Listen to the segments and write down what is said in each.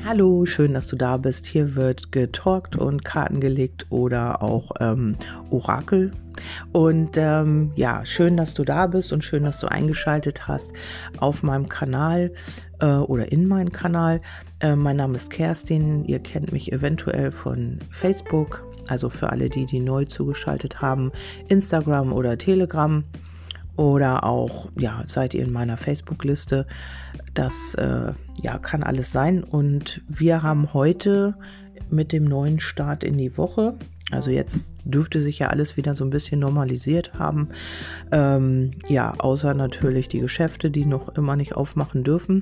Hallo, schön, dass du da bist. Hier wird getalkt und Karten gelegt oder auch Orakel. Und schön, dass du da bist und schön, dass du eingeschaltet hast auf meinem Kanal oder in meinen Kanal. Mein Name ist Kerstin. Ihr kennt mich eventuell von Facebook, also für alle die neu zugeschaltet haben, Instagram oder Telegram. Oder auch, seid ihr in meiner Facebook-Liste. Das kann alles sein. Und wir haben heute mit dem neuen Start in die Woche, also jetzt dürfte sich ja alles wieder so ein bisschen normalisiert haben. Außer natürlich die Geschäfte, die noch immer nicht aufmachen dürfen.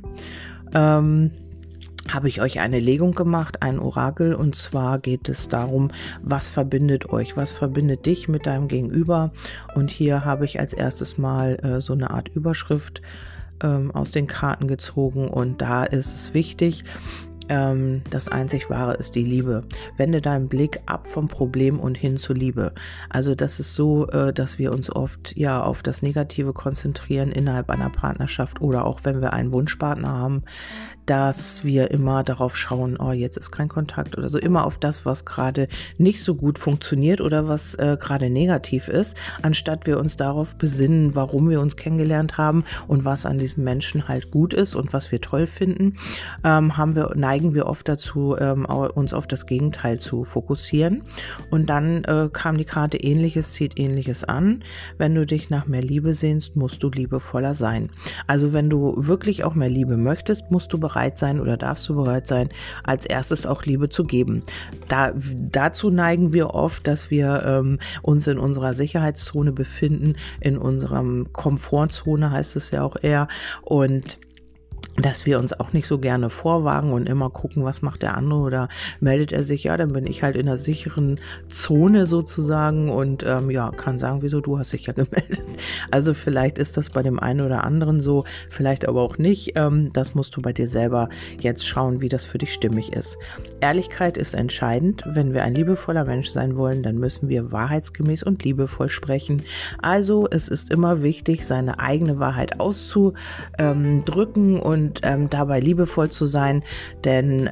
Habe ich euch eine Legung gemacht, ein Orakel, und zwar geht es darum, was verbindet euch, was verbindet dich mit deinem Gegenüber, und hier habe ich als erstes mal so eine Art Überschrift aus den Karten gezogen, und da ist es wichtig, das einzig Wahre ist die Liebe. Wende deinen Blick ab vom Problem und hin zur Liebe. Also das ist so, dass wir uns oft auf das Negative konzentrieren innerhalb einer Partnerschaft oder auch wenn wir einen Wunschpartner haben, dass wir immer darauf schauen, jetzt ist kein Kontakt oder so, immer auf das, was gerade nicht so gut funktioniert oder was gerade negativ ist, anstatt wir uns darauf besinnen, warum wir uns kennengelernt haben und was an diesem Menschen halt gut ist und was wir toll finden, neigen wir oft dazu, uns auf das Gegenteil zu fokussieren. Und dann kam die Karte Ähnliches zieht Ähnliches an. Wenn du dich nach mehr Liebe sehnst, musst du liebevoller sein. Also wenn du wirklich auch mehr Liebe möchtest, musst du bereit sein oder darfst du bereit sein, als erstes auch Liebe zu geben. Dazu neigen wir oft, dass wir uns in unserer Sicherheitszone befinden, in unserem Komfortzone heißt es ja auch eher, und dass wir uns auch nicht so gerne vorwagen und immer gucken, was macht der andere oder meldet er sich, dann bin ich halt in einer sicheren Zone sozusagen und kann sagen, wieso, du hast dich ja gemeldet. Also vielleicht ist das bei dem einen oder anderen so, vielleicht aber auch nicht. Das musst du bei dir selber jetzt schauen, wie das für dich stimmig ist. Ehrlichkeit ist entscheidend. Wenn wir ein liebevoller Mensch sein wollen, dann müssen wir wahrheitsgemäß und liebevoll sprechen. Also es ist immer wichtig, seine eigene Wahrheit auszudrücken und dabei liebevoll zu sein, denn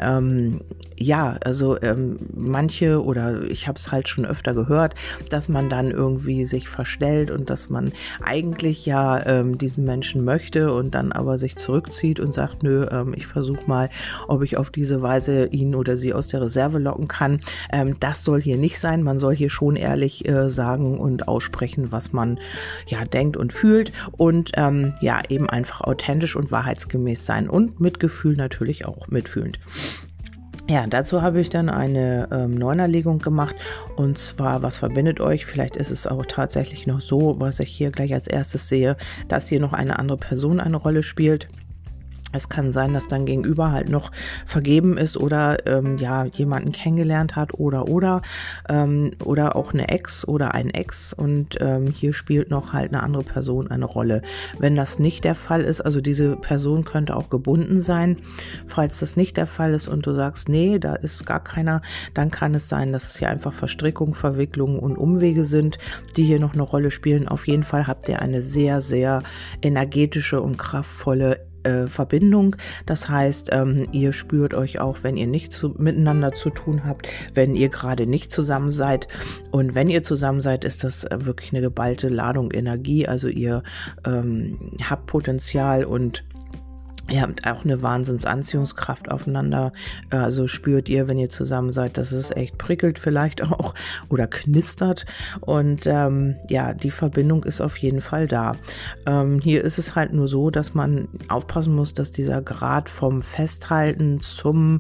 manche, oder ich habe es halt schon öfter gehört, dass man dann irgendwie sich verstellt und dass man eigentlich diesen Menschen möchte und dann aber sich zurückzieht und sagt, nö, ich versuche mal, ob ich auf diese Weise ihn oder sie aus der Reserve locken kann. Das soll hier nicht sein. Man soll hier schon ehrlich sagen und aussprechen, was man denkt und fühlt und eben einfach authentisch und wahrheitsgemäß sein und mit Gefühl natürlich auch mitfühlend. Ja, dazu habe ich dann eine Neunerlegung gemacht, und zwar, was verbindet euch? Vielleicht ist es auch tatsächlich noch so, was ich hier gleich als erstes sehe, dass hier noch eine andere Person eine Rolle spielt. Es kann sein, dass dein Gegenüber halt noch vergeben ist oder jemanden kennengelernt hat oder auch eine Ex oder ein Ex, und hier spielt noch halt eine andere Person eine Rolle. Wenn das nicht der Fall ist, also diese Person könnte auch gebunden sein, falls das nicht der Fall ist und du sagst, nee, da ist gar keiner, dann kann es sein, dass es hier einfach Verstrickungen, Verwicklungen und Umwege sind, die hier noch eine Rolle spielen. Auf jeden Fall habt ihr eine sehr, sehr energetische und kraftvolle Verbindung. Das heißt, ihr spürt euch auch, wenn ihr nicht miteinander zu tun habt, wenn ihr gerade nicht zusammen seid. Und wenn ihr zusammen seid, ist das wirklich eine geballte Ladung Energie. Also ihr habt Potenzial und ihr habt auch eine Wahnsinnsanziehungskraft aufeinander. Also spürt ihr, wenn ihr zusammen seid, dass es echt prickelt vielleicht auch oder knistert. Und die Verbindung ist auf jeden Fall da. Hier ist es halt nur so, dass man aufpassen muss, dass dieser Grad vom Festhalten zum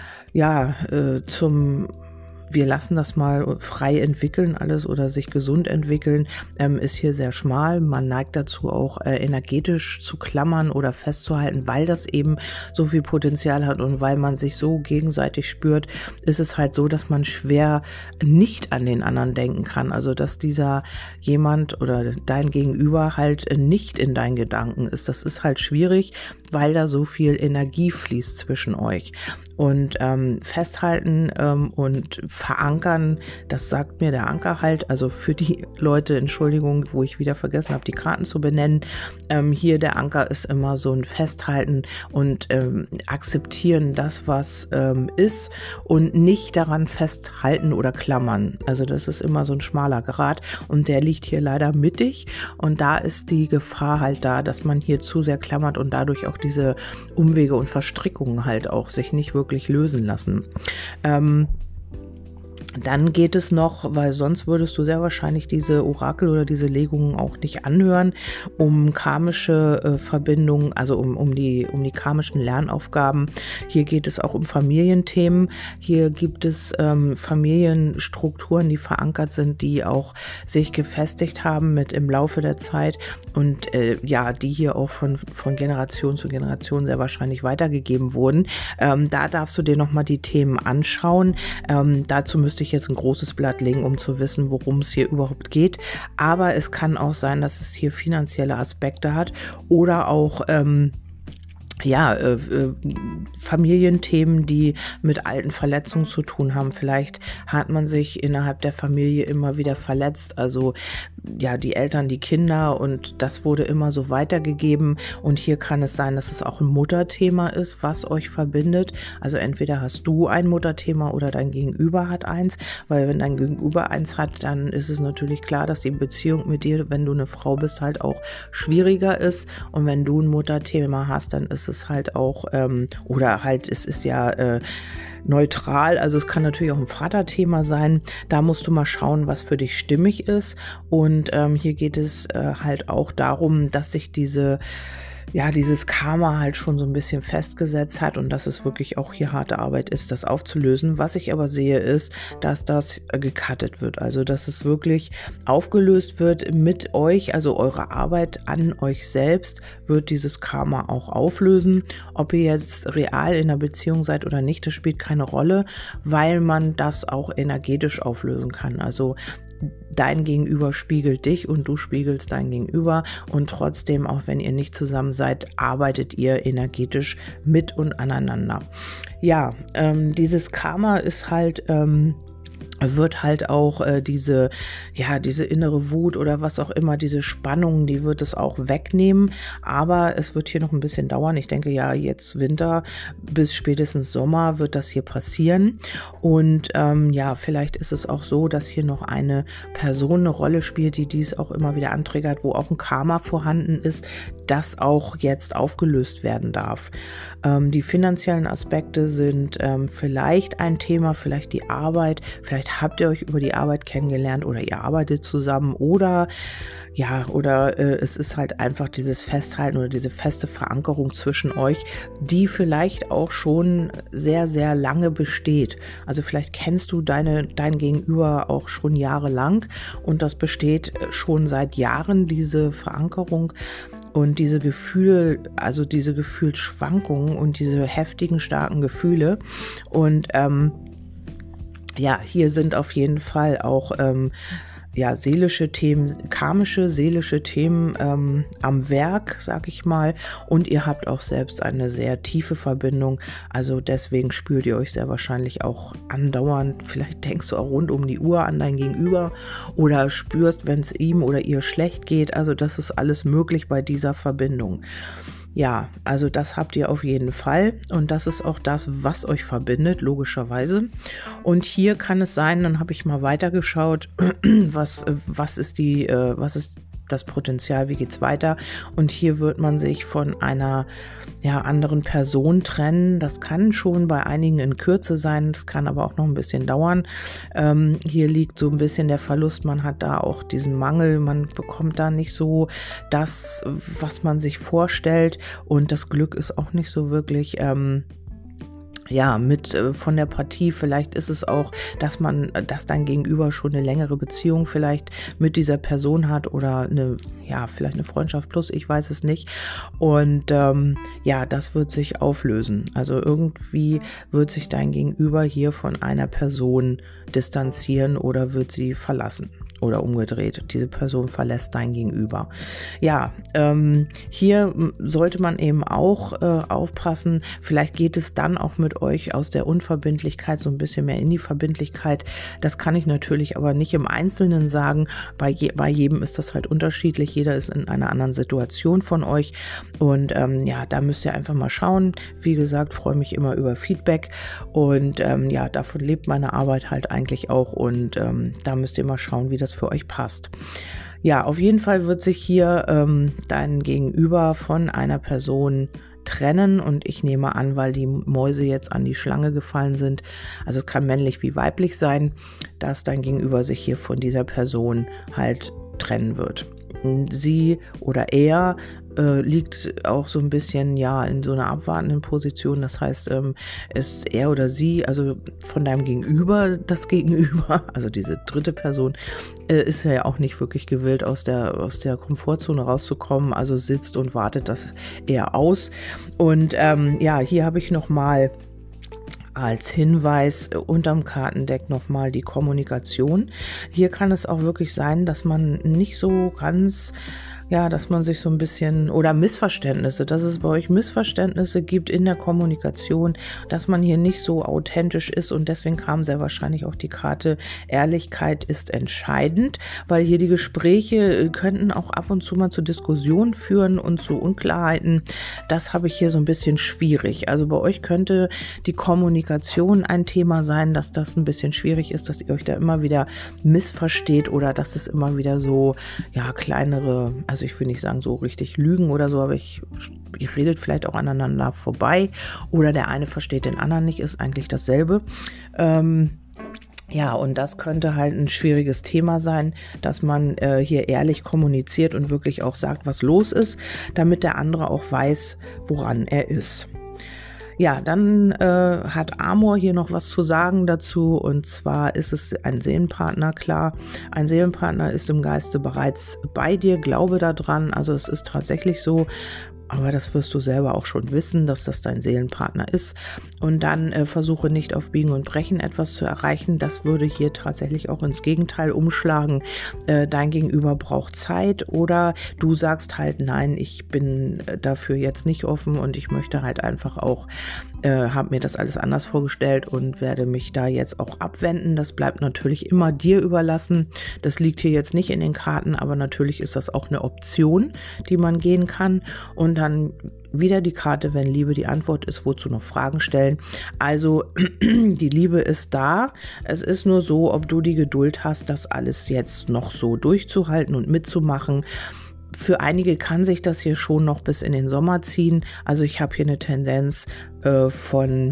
wir lassen das mal frei entwickeln alles oder sich gesund entwickeln, ist hier sehr schmal. Man neigt dazu auch energetisch zu klammern oder festzuhalten, weil das eben so viel Potenzial hat und weil man sich so gegenseitig spürt, ist es halt so, dass man schwer nicht an den anderen denken kann. Also dass dieser jemand oder dein Gegenüber halt nicht in deinen Gedanken ist. Das ist halt schwierig. weil da so viel Energie fließt zwischen euch. Und festhalten und verankern, das sagt mir der Anker halt, also für die Leute, Entschuldigung, wo ich wieder vergessen habe, die Karten zu benennen, hier der Anker ist immer so ein Festhalten und akzeptieren das, was ist und nicht daran festhalten oder klammern. Also das ist immer so ein schmaler Grat und der liegt hier leider mittig und da ist die Gefahr halt da, dass man hier zu sehr klammert und dadurch auch diese Umwege und Verstrickungen halt auch sich nicht wirklich lösen lassen. Dann geht es noch, weil sonst würdest du sehr wahrscheinlich diese Orakel oder diese Legungen auch nicht anhören, um karmische Verbindungen, also um die karmischen Lernaufgaben. Hier geht es auch um Familienthemen. Hier gibt es Familienstrukturen, die verankert sind, die auch sich gefestigt haben mit im Laufe der Zeit und die hier auch von Generation zu Generation sehr wahrscheinlich weitergegeben wurden. Da darfst du dir nochmal die Themen anschauen. Dazu müsste ich jetzt ein großes Blatt legen, um zu wissen, worum es hier überhaupt geht. Aber es kann auch sein, dass es hier finanzielle Aspekte hat oder auch Familienthemen, die mit alten Verletzungen zu tun haben. Vielleicht hat man sich innerhalb der Familie immer wieder verletzt, also ja, die Eltern, die Kinder und das wurde immer so weitergegeben und hier kann es sein, dass es auch ein Mutterthema ist, was euch verbindet. Also entweder hast du ein Mutterthema oder dein Gegenüber hat eins, weil wenn dein Gegenüber eins hat, dann ist es natürlich klar, dass die Beziehung mit dir, wenn du eine Frau bist, halt auch schwieriger ist und wenn du ein Mutterthema hast, dann ist es halt auch, es ist ja neutral, also es kann natürlich auch ein Vaterthema sein, da musst du mal schauen, was für dich stimmig ist und hier geht es halt auch darum, dass sich dieses Karma halt schon so ein bisschen festgesetzt hat und dass es wirklich auch hier harte Arbeit ist, das aufzulösen. Was ich aber sehe, ist, dass das gecuttet wird. Also, dass es wirklich aufgelöst wird mit euch, also eure Arbeit an euch selbst wird dieses Karma auch auflösen. Ob ihr jetzt real in einer Beziehung seid oder nicht, das spielt keine Rolle, weil man das auch energetisch auflösen kann. Also, dein Gegenüber spiegelt dich und du spiegelst dein Gegenüber und trotzdem, auch wenn ihr nicht zusammen seid, arbeitet ihr energetisch mit und aneinander. Ja, dieses Karma ist halt wird halt auch diese innere Wut oder was auch immer, diese Spannung, die wird es auch wegnehmen, aber es wird hier noch ein bisschen dauern. Ich denke ja, jetzt Winter bis spätestens Sommer wird das hier passieren und vielleicht ist es auch so, dass hier noch eine Person eine Rolle spielt, die dies auch immer wieder antriggert, wo auch ein Karma vorhanden ist, das auch jetzt aufgelöst werden darf. Die finanziellen Aspekte sind vielleicht ein Thema, vielleicht die Arbeit, vielleicht habt ihr euch über die Arbeit kennengelernt oder ihr arbeitet zusammen oder es ist halt einfach dieses Festhalten oder diese feste Verankerung zwischen euch, die vielleicht auch schon sehr, sehr lange besteht. Also vielleicht kennst du dein Gegenüber auch schon jahrelang und das besteht schon seit Jahren, diese Verankerung. Und diese Gefühlsschwankungen und diese heftigen, starken Gefühle. Und hier sind auf jeden Fall auch seelische Themen, karmische, seelische Themen am Werk, sag ich mal. Und ihr habt auch selbst eine sehr tiefe Verbindung. Also deswegen spürt ihr euch sehr wahrscheinlich auch andauernd. Vielleicht denkst du auch rund um die Uhr an dein Gegenüber oder spürst, wenn es ihm oder ihr schlecht geht. Also das ist alles möglich bei dieser Verbindung. Ja, also das habt ihr auf jeden Fall und das ist auch das, was euch verbindet, logischerweise. Und hier kann es sein, dann habe ich mal weitergeschaut, was ist das Potenzial, wie geht's weiter? Und hier wird man sich von einer anderen Person trennen. Das kann schon bei einigen in Kürze sein, das kann aber auch noch ein bisschen dauern. Hier liegt so ein bisschen der Verlust, man hat da auch diesen Mangel, man bekommt da nicht so das, was man sich vorstellt und das Glück ist auch nicht so wirklich ja, mit von der Partie. Vielleicht ist es auch, dass dein Gegenüber schon eine längere Beziehung vielleicht mit dieser Person hat oder vielleicht eine Freundschaft plus, ich weiß es nicht. Und das wird sich auflösen. Also irgendwie wird sich dein Gegenüber hier von einer Person distanzieren oder wird sie verlassen. Oder umgedreht, diese Person verlässt dein Gegenüber. Ja, hier sollte man eben auch aufpassen, vielleicht geht es dann auch mit euch aus der Unverbindlichkeit so ein bisschen mehr in die Verbindlichkeit. Das kann ich natürlich aber nicht im Einzelnen sagen. Bei jedem ist das halt unterschiedlich. Jeder ist in einer anderen Situation von euch. Und da müsst ihr einfach mal schauen. Wie gesagt, freue mich immer über Feedback. Und davon lebt meine Arbeit halt eigentlich auch. Und da müsst ihr mal schauen, wie das für euch passt. Ja, auf jeden Fall wird sich hier dein Gegenüber von einer Person trennen und ich nehme an, weil die Mäuse jetzt an die Schlange gefallen sind, also es kann männlich wie weiblich sein, dass dein Gegenüber sich hier von dieser Person halt trennen wird. Sie oder er liegt auch so ein bisschen in so einer abwartenden Position. Das heißt, ist er oder sie, also von deinem Gegenüber, das Gegenüber, also diese dritte Person, ist ja auch nicht wirklich gewillt, aus der Komfortzone rauszukommen. Also sitzt und wartet das eher aus. Und hier habe ich nochmal als Hinweis unterm Kartendeck nochmal die Kommunikation. Hier kann es auch wirklich sein, dass man nicht so ganz, dass man sich so ein bisschen, oder Missverständnisse, dass es bei euch Missverständnisse gibt in der Kommunikation, dass man hier nicht so authentisch ist und deswegen kam sehr wahrscheinlich auch die Karte Ehrlichkeit ist entscheidend, weil hier die Gespräche könnten auch ab und zu mal zu Diskussionen führen und zu Unklarheiten. Das habe ich hier so ein bisschen schwierig. Also bei euch könnte die Kommunikation ein Thema sein, dass das ein bisschen schwierig ist, dass ihr euch da immer wieder missversteht oder dass es immer wieder so, kleinere, also ich will nicht sagen so richtig lügen oder so, aber ihr redet vielleicht auch aneinander vorbei oder der eine versteht den anderen nicht, ist eigentlich dasselbe. Und das könnte halt ein schwieriges Thema sein, dass man hier ehrlich kommuniziert und wirklich auch sagt, was los ist, damit der andere auch weiß, woran er ist. Ja, dann hat Amor hier noch was zu sagen dazu und zwar ist es ein Seelenpartner, klar. Ein Seelenpartner ist im Geiste bereits bei dir, glaube daran, also es ist tatsächlich so, aber das wirst du selber auch schon wissen, dass das dein Seelenpartner ist. Und dann versuche nicht auf Biegen und Brechen etwas zu erreichen. Das würde hier tatsächlich auch ins Gegenteil umschlagen. Dein Gegenüber braucht Zeit oder du sagst halt, nein, ich bin dafür jetzt nicht offen und ich möchte halt einfach auch, habe mir das alles anders vorgestellt und werde mich da jetzt auch abwenden. Das bleibt natürlich immer dir überlassen. Das liegt hier jetzt nicht in den Karten, aber natürlich ist das auch eine Option, die man gehen kann. Und dann wieder die Karte, wenn Liebe die Antwort ist, wozu noch Fragen stellen. Also die Liebe ist da. Es ist nur so, ob du die Geduld hast, das alles jetzt noch so durchzuhalten und mitzumachen. Für einige kann sich das hier schon noch bis in den Sommer ziehen. Also ich habe hier eine Tendenz von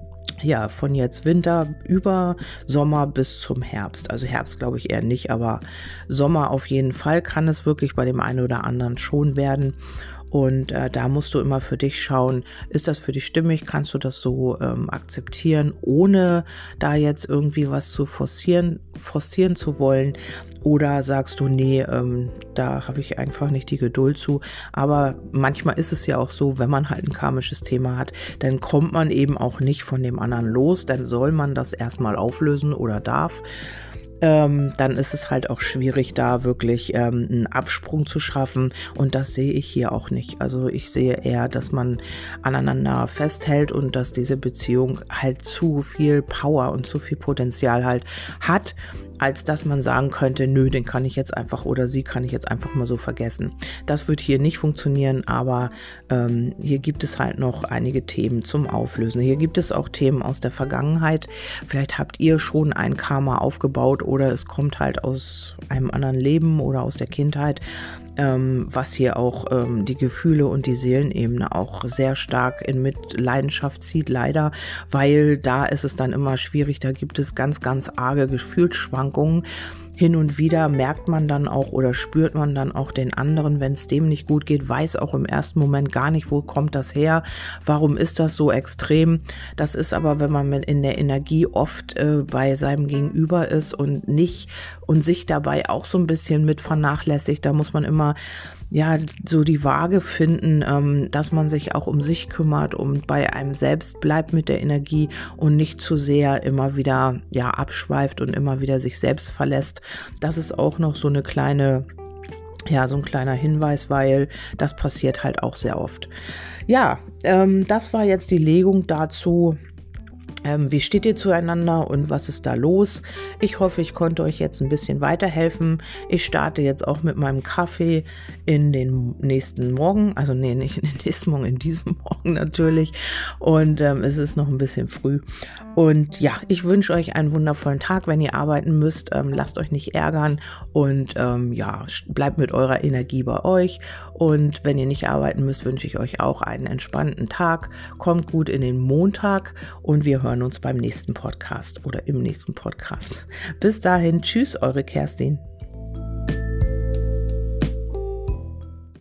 jetzt Winter über Sommer bis zum Herbst. Also Herbst glaube ich eher nicht, aber Sommer auf jeden Fall kann es wirklich bei dem einen oder anderen schon werden. Und da musst du immer für dich schauen, ist das für dich stimmig, kannst du das so akzeptieren, ohne da jetzt irgendwie was zu forcieren zu wollen, oder sagst du, nee, da habe ich einfach nicht die Geduld zu. Aber manchmal ist es ja auch so, wenn man halt ein karmisches Thema hat, dann kommt man eben auch nicht von dem anderen los, dann soll man das erstmal auflösen oder darf. Dann ist es halt auch schwierig, da wirklich einen Absprung zu schaffen und das sehe ich hier auch nicht. Also ich sehe eher, dass man aneinander festhält und dass diese Beziehung halt zu viel Power und zu viel Potenzial halt hat, als dass man sagen könnte, nö, den kann ich jetzt einfach oder sie kann ich jetzt einfach mal so vergessen. Das wird hier nicht funktionieren, aber hier gibt es halt noch einige Themen zum Auflösen. Hier gibt es auch Themen aus der Vergangenheit. Vielleicht habt ihr schon ein Karma aufgebaut oder es kommt halt aus einem anderen Leben oder aus der Kindheit, was hier auch die Gefühle und die Seelenebene auch sehr stark in Mitleidenschaft zieht, leider, weil da ist es dann immer schwierig, da gibt es ganz, ganz arge Gefühlsschwankungen. hin und wieder merkt man dann auch oder spürt man dann auch den anderen, wenn es dem nicht gut geht, weiß auch im ersten Moment gar nicht, wo kommt das her, warum ist das so extrem. Das ist aber, wenn man in der Energie oft bei seinem Gegenüber ist und sich dabei auch so ein bisschen mit vernachlässigt, da muss man immer so die Waage finden, dass man sich auch um sich kümmert und bei einem selbst bleibt mit der Energie und nicht zu sehr immer wieder abschweift und immer wieder sich selbst verlässt. Das ist auch noch so ein kleiner Hinweis, weil das passiert halt auch sehr oft. Das war jetzt die Legung dazu. Wie steht ihr zueinander und was ist da los? Ich hoffe, ich konnte euch jetzt ein bisschen weiterhelfen. Ich starte jetzt auch mit meinem Kaffee in den nächsten Morgen. Also nicht in den nächsten Morgen, in diesem Morgen natürlich. Und es ist noch ein bisschen früh. Und ich wünsche euch einen wundervollen Tag. Wenn ihr arbeiten müsst, lasst euch nicht ärgern und bleibt mit eurer Energie bei euch. Und wenn ihr nicht arbeiten müsst, wünsche ich euch auch einen entspannten Tag. Kommt gut in den Montag und wir hören uns beim nächsten Podcast oder im nächsten Podcast. Bis dahin, tschüss, eure Kerstin.